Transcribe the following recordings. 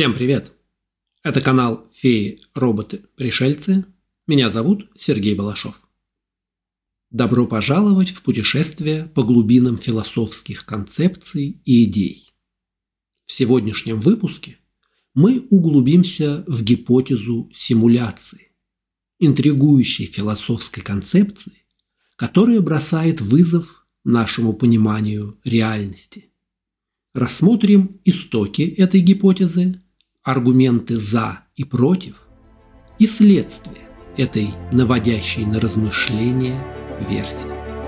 Всем привет! Это канал «Феи, роботы, пришельцы». Меня зовут Сергей Балашов. Добро пожаловать в путешествие по глубинам философских концепций и идей. В сегодняшнем выпуске мы углубимся в гипотезу симуляции, интригующей философской концепции, которая бросает вызов нашему пониманию реальности. Рассмотрим истоки этой гипотезы, аргументы «за» и «против» и следствия этой наводящей на размышления версии.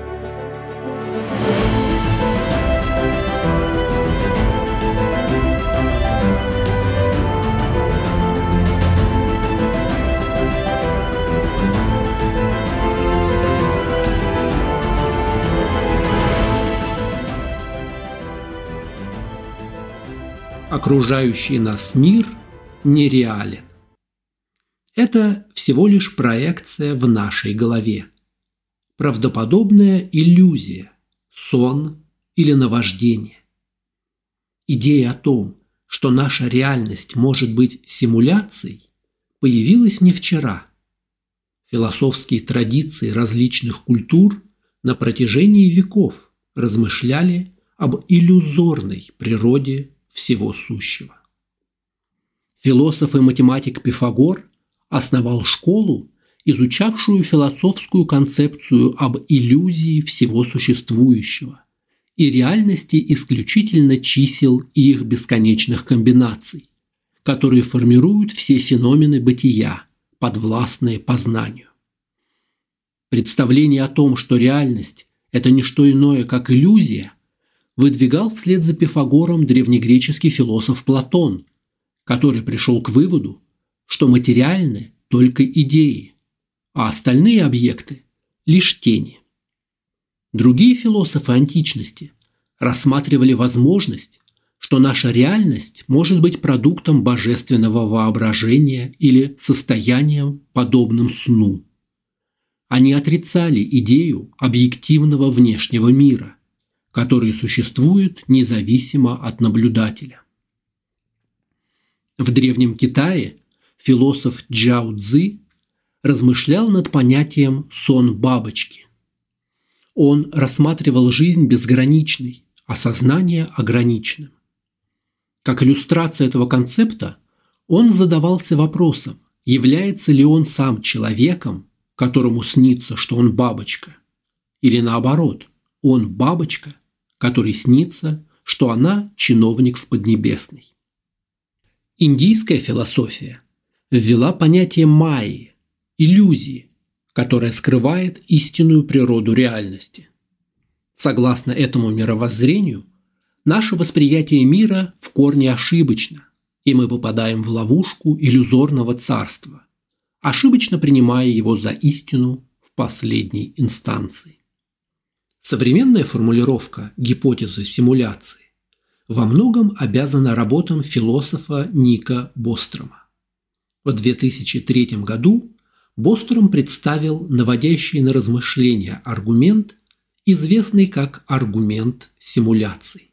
Окружающий нас мир нереален. Это всего лишь проекция в нашей голове. Правдоподобная иллюзия, сон или наваждение. Идея о том, что наша реальность может быть симуляцией, появилась не вчера. Философские традиции различных культур на протяжении веков размышляли об иллюзорной природе всего сущего. Философ и математик Пифагор основал школу, изучавшую философскую концепцию об иллюзии всего существующего и реальности исключительно чисел и их бесконечных комбинаций, которые формируют все феномены бытия, подвластные познанию. Представление о том, что реальность – это не что иное, как иллюзия, выдвигал вслед за Пифагором древнегреческий философ Платон, который пришел к выводу, что материальны только идеи, а остальные объекты – лишь тени. Другие философы античности рассматривали возможность, что наша реальность может быть продуктом божественного воображения или состоянием, подобным сну. Они отрицали идею объективного внешнего мира, который существует независимо от наблюдателя. В Древнем Китае философ Чжао Цзи размышлял над понятием «сон бабочки». Он рассматривал жизнь безграничной, а сознание ограниченным. Как иллюстрация этого концепта он задавался вопросом, является ли он сам человеком, которому снится, что он бабочка, или наоборот, он бабочка, которой снится, что она чиновник в Поднебесной. Индийская философия ввела понятие майи, иллюзии, которая скрывает истинную природу реальности. Согласно этому мировоззрению, наше восприятие мира в корне ошибочно, и мы попадаем в ловушку иллюзорного царства, ошибочно принимая его за истину в последней инстанции. Современная формулировка гипотезы симуляции во многом обязана работам философа Ника Бострома. В 2003 году Бостром представил наводящий на размышления аргумент, известный как аргумент симуляции.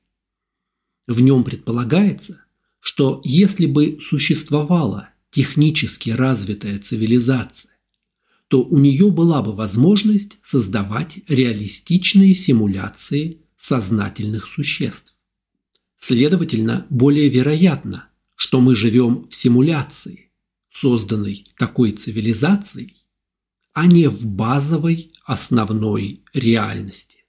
В нем предполагается, что если бы существовала технически развитая цивилизация, то у нее была бы возможность создавать реалистичные симуляции сознательных существ. Следовательно, более вероятно, что мы живем в симуляции, созданной такой цивилизацией, а не в базовой основной реальности.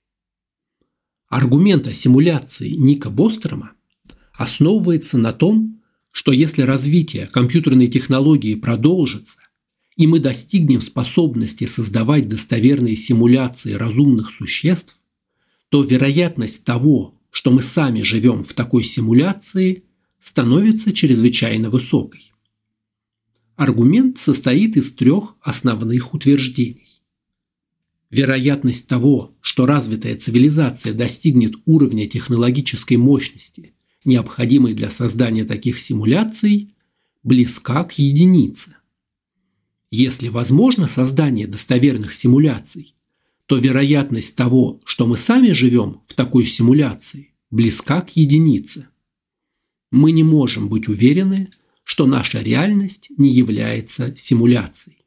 Аргумент о симуляции Ника Бострома основывается на том, что если развитие компьютерной технологии продолжится, и мы достигнем способности создавать достоверные симуляции разумных существ, то вероятность того, что мы сами живем в такой симуляции, становится чрезвычайно высокой. Аргумент состоит из трех основных утверждений. Вероятность того, что развитая цивилизация достигнет уровня технологической мощности, необходимой для создания таких симуляций, близка к единице. Если возможно создание достоверных симуляций, то вероятность того, что мы сами живем в такой симуляции, близка к единице. мы не можем быть уверены, что наша реальность не является симуляцией.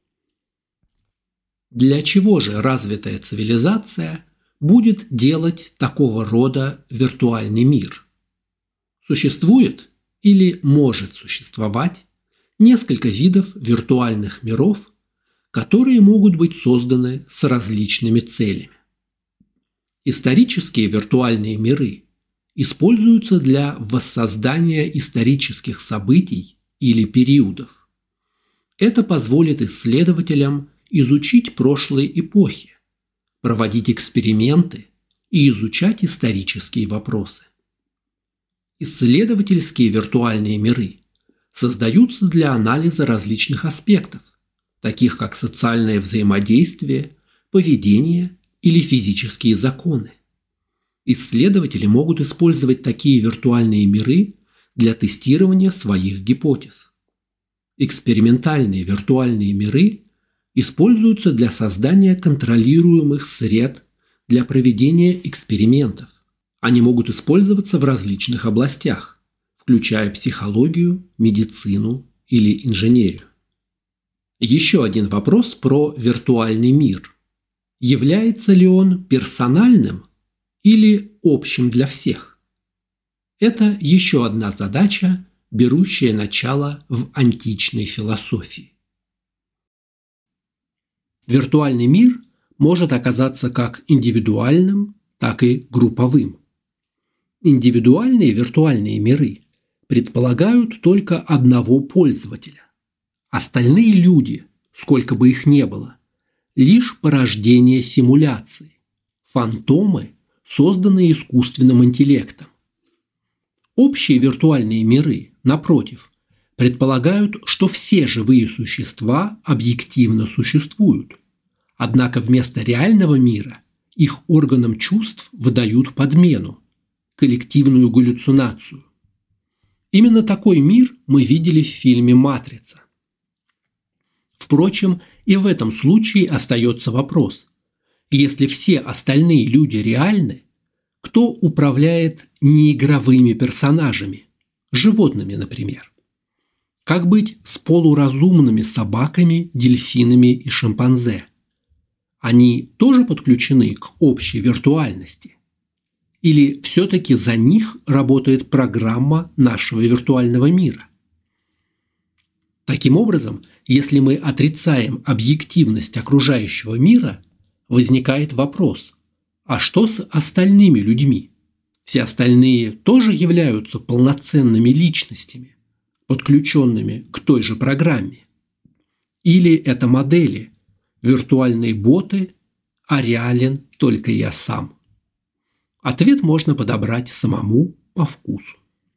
Для чего же развитая цивилизация будет делать такого рода виртуальный мир? Существует или может существовать несколько видов виртуальных миров, которые могут быть созданы с различными целями. Исторические виртуальные миры используются для воссоздания исторических событий или периодов. Это позволит исследователям изучить прошлые эпохи, проводить эксперименты и изучать исторические вопросы. Исследовательские виртуальные миры создаются для анализа различных аспектов, таких как социальное взаимодействие, поведение или физические законы. Исследователи могут использовать такие виртуальные миры для тестирования своих гипотез. Экспериментальные виртуальные миры используются для создания контролируемых сред для проведения экспериментов. Они могут использоваться в различных областях, включая психологию, медицину или инженерию. Еще один вопрос про виртуальный мир. Является ли он персональным или общим для всех? Это еще одна задача, берущая начало в античной философии. Виртуальный мир может оказаться как индивидуальным, так и групповым. Индивидуальные виртуальные миры предполагают только одного пользователя. Остальные люди, сколько бы их ни было, лишь порождение симуляции, фантомы, созданные искусственным интеллектом. Общие виртуальные миры, напротив, предполагают, что все живые существа объективно существуют, однако вместо реального мира их органам чувств выдают подмену, коллективную галлюцинацию. Именно такой мир мы видели в фильме «Матрица». Впрочем, и в этом случае остается вопрос: если все остальные люди реальны, кто управляет неигровыми персонажами, животными, например? Как быть с полуразумными собаками, дельфинами и шимпанзе? Они тоже подключены к общей виртуальности? Или все-таки за них работает программа нашего виртуального мира? Таким образом, если мы отрицаем объективность окружающего мира, возникает вопрос: а что с остальными людьми? Все остальные тоже являются полноценными личностями, подключенными к той же программе? Или это модели, виртуальные боты, а реален только я сам? Ответ можно подобрать самому по вкусу.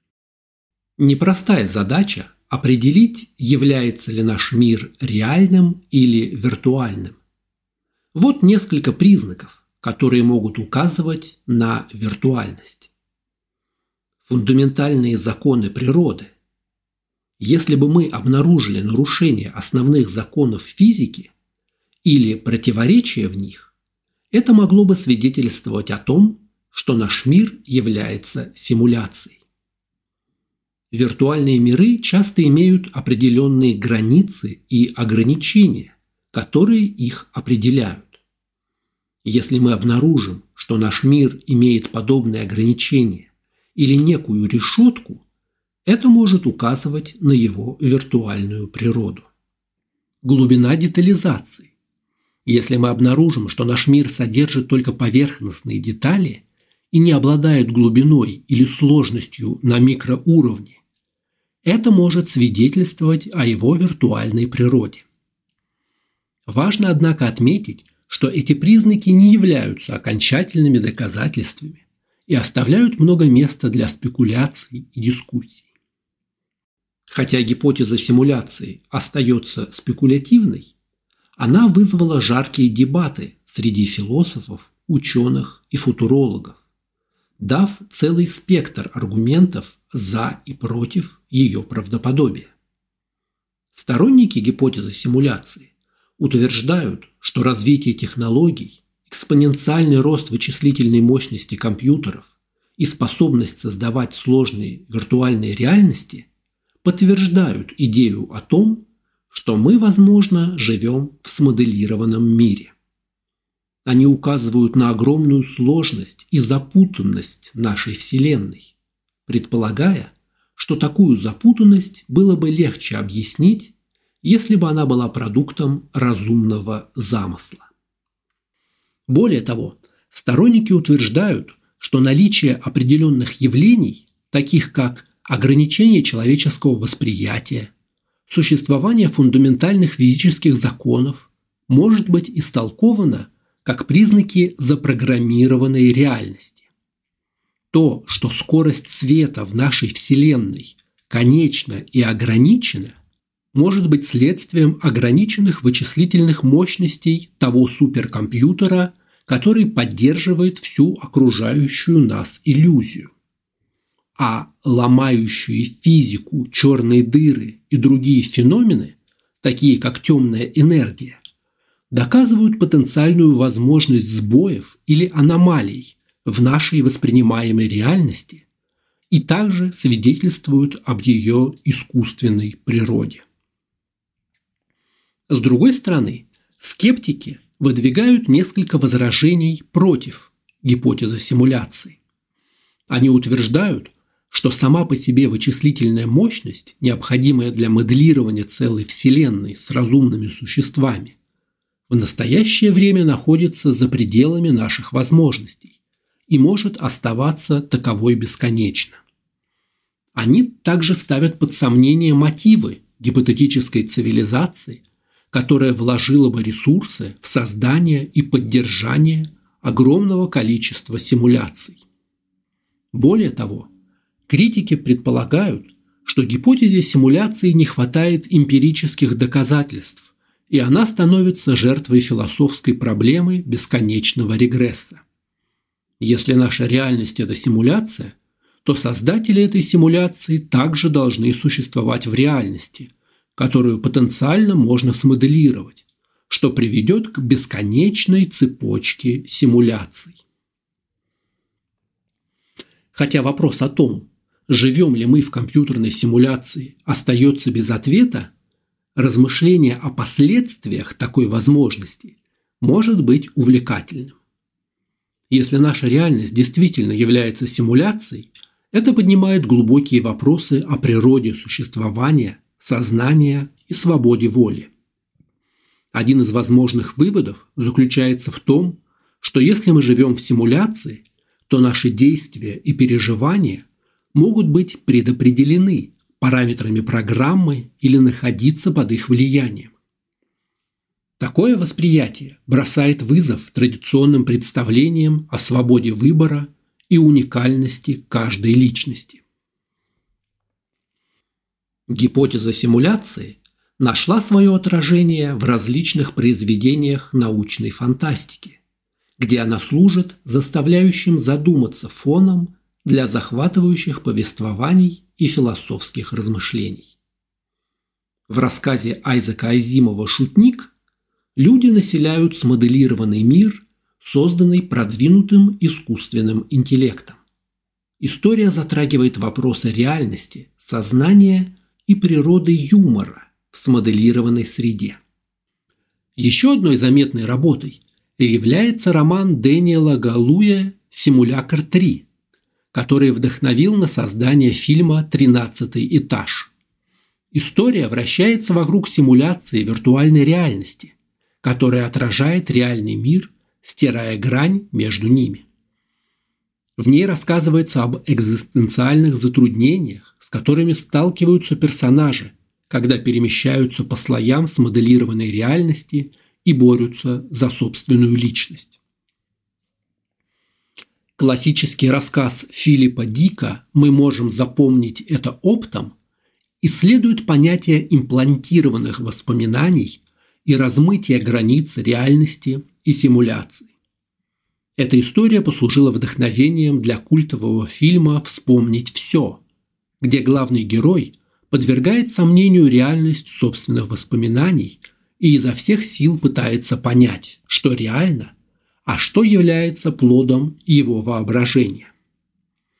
Непростая задача определить, является ли наш мир реальным или виртуальным. Вот несколько признаков, которые могут указывать на виртуальность. Фундаментальные законы природы. Если бы мы обнаружили нарушение основных законов физики или противоречия в них, это могло бы свидетельствовать о том, что наш мир является симуляцией. Виртуальные миры часто имеют определенные границы и ограничения, которые их определяют. Если мы обнаружим, что наш мир имеет подобные ограничения или некую решетку, это может указывать на его виртуальную природу. Глубина детализации. Если мы обнаружим, что наш мир содержит только поверхностные детали и не обладает глубиной или сложностью на микроуровне, это может свидетельствовать о его виртуальной природе. Важно, однако, отметить, что эти признаки не являются окончательными доказательствами и оставляют много места для спекуляций и дискуссий. Хотя гипотеза симуляции остается спекулятивной, она вызвала жаркие дебаты среди философов, ученых и футурологов, дав целый спектр аргументов за и против ее правдоподобия. Сторонники гипотезы симуляции утверждают, что развитие технологий, экспоненциальный рост вычислительной мощности компьютеров и способность создавать сложные виртуальные реальности подтверждают идею о том, что мы, возможно, живем в смоделированном мире. Они указывают на огромную сложность и запутанность нашей Вселенной, предполагая, что такую запутанность было бы легче объяснить, если бы она была продуктом разумного замысла. Более того, сторонники утверждают, что наличие определенных явлений, таких как ограничение человеческого восприятия, существование фундаментальных физических законов, может быть истолковано как признаки запрограммированной реальности. То, что скорость света в нашей Вселенной конечна и ограничена, может быть следствием ограниченных вычислительных мощностей того суперкомпьютера, который поддерживает всю окружающую нас иллюзию. А ломающие физику черные дыры и другие феномены, такие как темная энергия, доказывают потенциальную возможность сбоев или аномалий в нашей воспринимаемой реальности и также свидетельствуют об ее искусственной природе. С другой стороны, скептики выдвигают несколько возражений против гипотезы симуляции. Они утверждают, что сама по себе вычислительная мощность, необходимая для моделирования целой Вселенной с разумными существами, в настоящее время находится за пределами наших возможностей и может оставаться таковой бесконечно. Они также ставят под сомнение мотивы гипотетической цивилизации, которая вложила бы ресурсы в создание и поддержание огромного количества симуляций. Более того, критики предполагают, что гипотезе симуляции не хватает эмпирических доказательств, и она становится жертвой философской проблемы бесконечного регресса. Если наша реальность – это симуляция, то создатели этой симуляции также должны существовать в реальности, которую потенциально можно смоделировать, что приведет к бесконечной цепочке симуляций. Хотя вопрос о том, живем ли мы в компьютерной симуляции, остается без ответа, размышление о последствиях такой возможности может быть увлекательным. Если наша реальность действительно является симуляцией, это поднимает глубокие вопросы о природе существования, сознания и свободе воли. Один из возможных выводов заключается в том, что если мы живем в симуляции, то наши действия и переживания могут быть предопределены параметрами программы или находиться под их влиянием. Такое восприятие бросает вызов традиционным представлениям о свободе выбора и уникальности каждой личности. Гипотеза симуляции нашла свое отражение в различных произведениях научной фантастики, где она служит заставляющим задуматься фоном для захватывающих повествований и философских размышлений. В рассказе Айзека Азимова «Шутник» люди населяют смоделированный мир, созданный продвинутым искусственным интеллектом. История затрагивает вопросы реальности, сознания и природы юмора в смоделированной среде. Еще одной заметной работой является роман Дэниела Галуя «Симулякр 3», который вдохновил на создание фильма «13-й этаж». История вращается вокруг симуляции виртуальной реальности, которая отражает реальный мир, стирая грань между ними. В ней рассказывается об экзистенциальных затруднениях, с которыми сталкиваются персонажи, когда перемещаются по слоям смоделированной реальности и борются за собственную личность. Классический рассказ Филиппа Дика «Мы можем запомнить это оптом» исследует понятие имплантированных воспоминаний и размытия границ реальности и симуляции. Эта история послужила вдохновением для культового фильма «Вспомнить все», где главный герой подвергает сомнению реальность собственных воспоминаний и изо всех сил пытается понять, что реально, а что является плодом его воображения.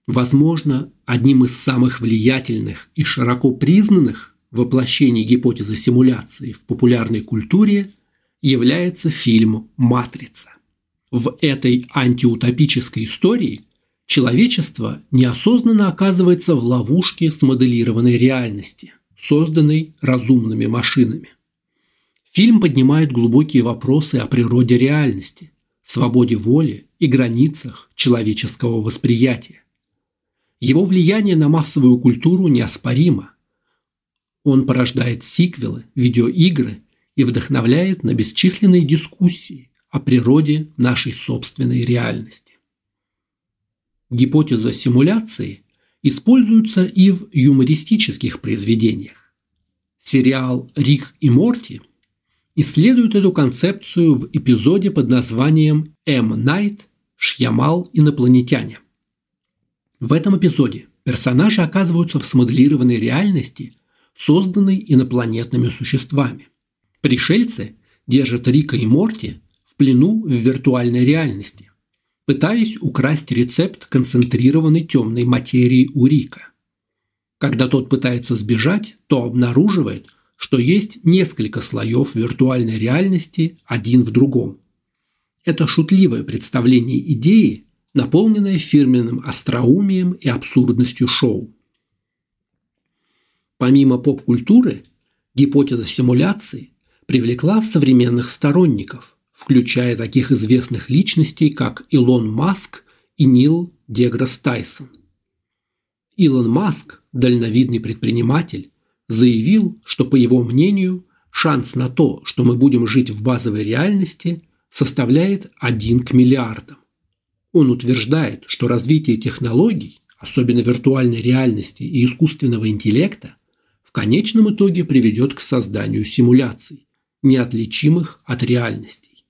Возможно, одним из самых влиятельных и широко признанных воплощений гипотезы симуляции в популярной культуре является фильм «Матрица». В этой антиутопической истории человечество неосознанно оказывается в ловушке смоделированной реальности, созданной разумными машинами. Фильм поднимает глубокие вопросы о природе реальности, свободе воли и границах человеческого восприятия. Его влияние на массовую культуру неоспоримо. Он порождает сиквелы, видеоигры и вдохновляет на бесчисленные дискуссии о природе нашей собственной реальности. Гипотеза симуляции используется и в юмористических произведениях. Сериал «Рик и Морти» исследует эту концепцию в эпизоде под названием «М. Найт. Шьямал. Инопланетяне». В этом эпизоде персонажи оказываются в смоделированной реальности, созданной инопланетными существами. Пришельцы держат Рика и Морти в плену в виртуальной реальности, пытаясь украсть рецепт концентрированной темной материи у Рика. Когда тот пытается сбежать, то обнаруживает, что есть несколько слоев виртуальной реальности один в другом. Это шутливое представление идеи, наполненное фирменным остроумием и абсурдностью шоу. Помимо поп-культуры, гипотеза симуляции привлекла современных сторонников, включая таких известных личностей, как Илон Маск и Нил Деграсс Тайсон. Илон Маск, дальновидный предприниматель, заявил, что, по его мнению, шанс на то, что мы будем жить в базовой реальности, составляет 1 к миллиардам. Он утверждает, что развитие технологий, особенно виртуальной реальности и искусственного интеллекта, в конечном итоге приведет к созданию симуляций, неотличимых от реальностей.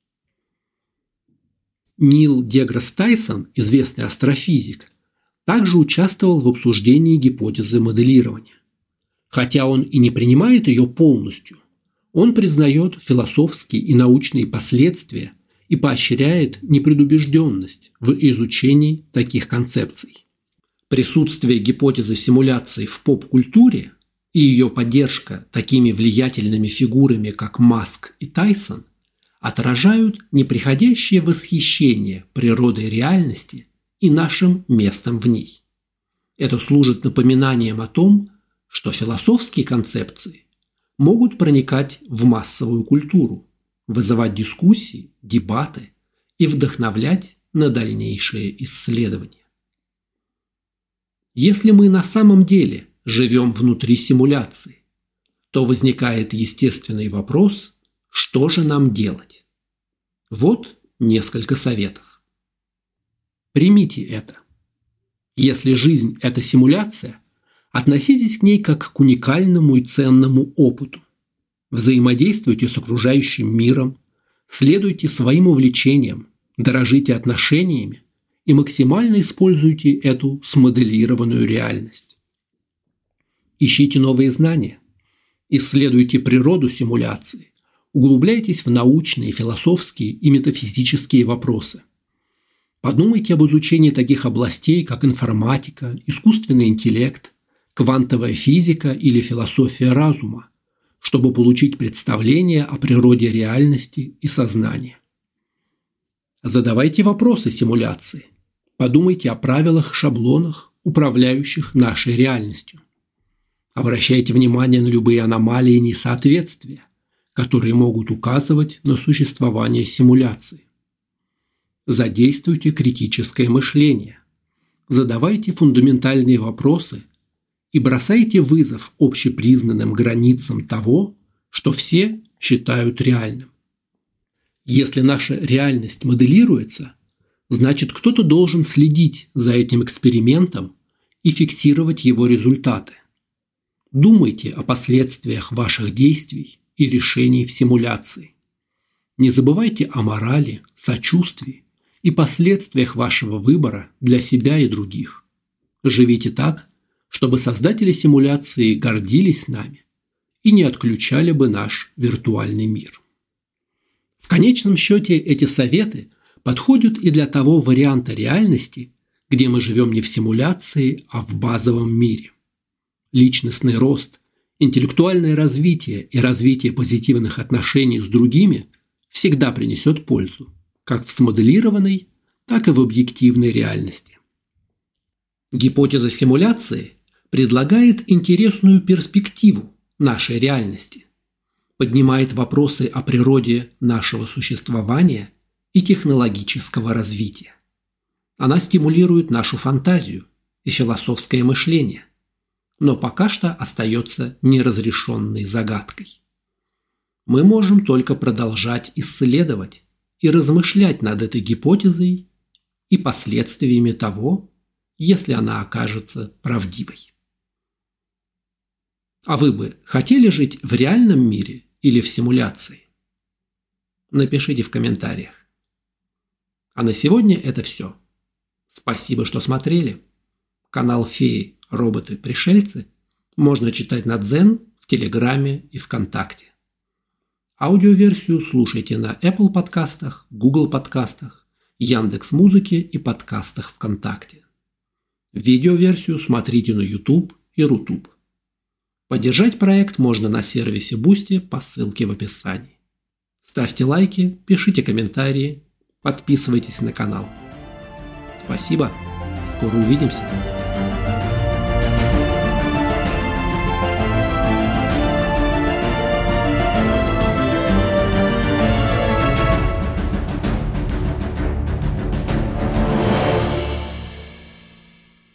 Нил Деграсс Тайсон, известный астрофизик, также участвовал в обсуждении гипотезы моделирования. Хотя он и не принимает ее полностью, он признает философские и научные последствия и поощряет непредубежденность в изучении таких концепций. Присутствие гипотезы симуляции в поп-культуре и ее поддержка такими влиятельными фигурами, как Маск и Тайсон, отражают неприходящее восхищение природой реальности и нашим местом в ней. Это служит напоминанием о том, что философские концепции могут проникать в массовую культуру, вызывать дискуссии, дебаты и вдохновлять на дальнейшие исследования. Если мы на самом деле живем внутри симуляции, то возникает естественный вопрос, что же нам делать? Вот несколько советов. Примите это. Если жизнь – это симуляция, относитесь к ней как к уникальному и ценному опыту. Взаимодействуйте с окружающим миром, следуйте своим увлечениям, дорожите отношениями и максимально используйте эту смоделированную реальность. Ищите новые знания, исследуйте природу симуляции, углубляйтесь в научные, философские и метафизические вопросы. Подумайте об изучении таких областей, как информатика, искусственный интеллект, квантовая физика или философия разума, чтобы получить представление о природе реальности и сознания. Задавайте вопросы симуляции. Подумайте о правилах и шаблонах, управляющих нашей реальностью. Обращайте внимание на любые аномалии и несоответствия, которые могут указывать на существование симуляции. Задействуйте критическое мышление. Задавайте фундаментальные вопросы и бросайте вызов общепризнанным границам того, что все считают реальным. Если наша реальность моделируется, значит, кто-то должен следить за этим экспериментом и фиксировать его результаты. Думайте о последствиях ваших действий и решений в симуляции. Не забывайте о морали, сочувствии и последствиях вашего выбора для себя и других. Живите так, чтобы создатели симуляции гордились нами и не отключали бы наш виртуальный мир. В конечном счете эти советы подходят и для того варианта реальности, где мы живем не в симуляции, а в базовом мире. Личностный рост, интеллектуальное развитие и развитие позитивных отношений с другими всегда принесет пользу, как в смоделированной, так и в объективной реальности. Гипотеза симуляции предлагает интересную перспективу нашей реальности, поднимает вопросы о природе нашего существования и технологического развития. Она стимулирует нашу фантазию и философское мышление, но пока что остается неразрешенной загадкой. Мы можем только продолжать исследовать и размышлять над этой гипотезой и последствиями того, если она окажется правдивой. А вы бы хотели жить в реальном мире или в симуляции? Напишите в комментариях. А на сегодня это все. Спасибо, что смотрели. Канал Феи, роботы, пришельцы можно читать на Дзен, в Телеграме и ВКонтакте. Аудиоверсию слушайте на Apple подкастах, Google подкастах, Яндекс.Музыке и подкастах ВКонтакте. Видеоверсию смотрите на YouTube и Рутуб. Поддержать проект можно на сервисе Boosty по ссылке в описании. Ставьте лайки, пишите комментарии, подписывайтесь на канал. Спасибо, скоро увидимся.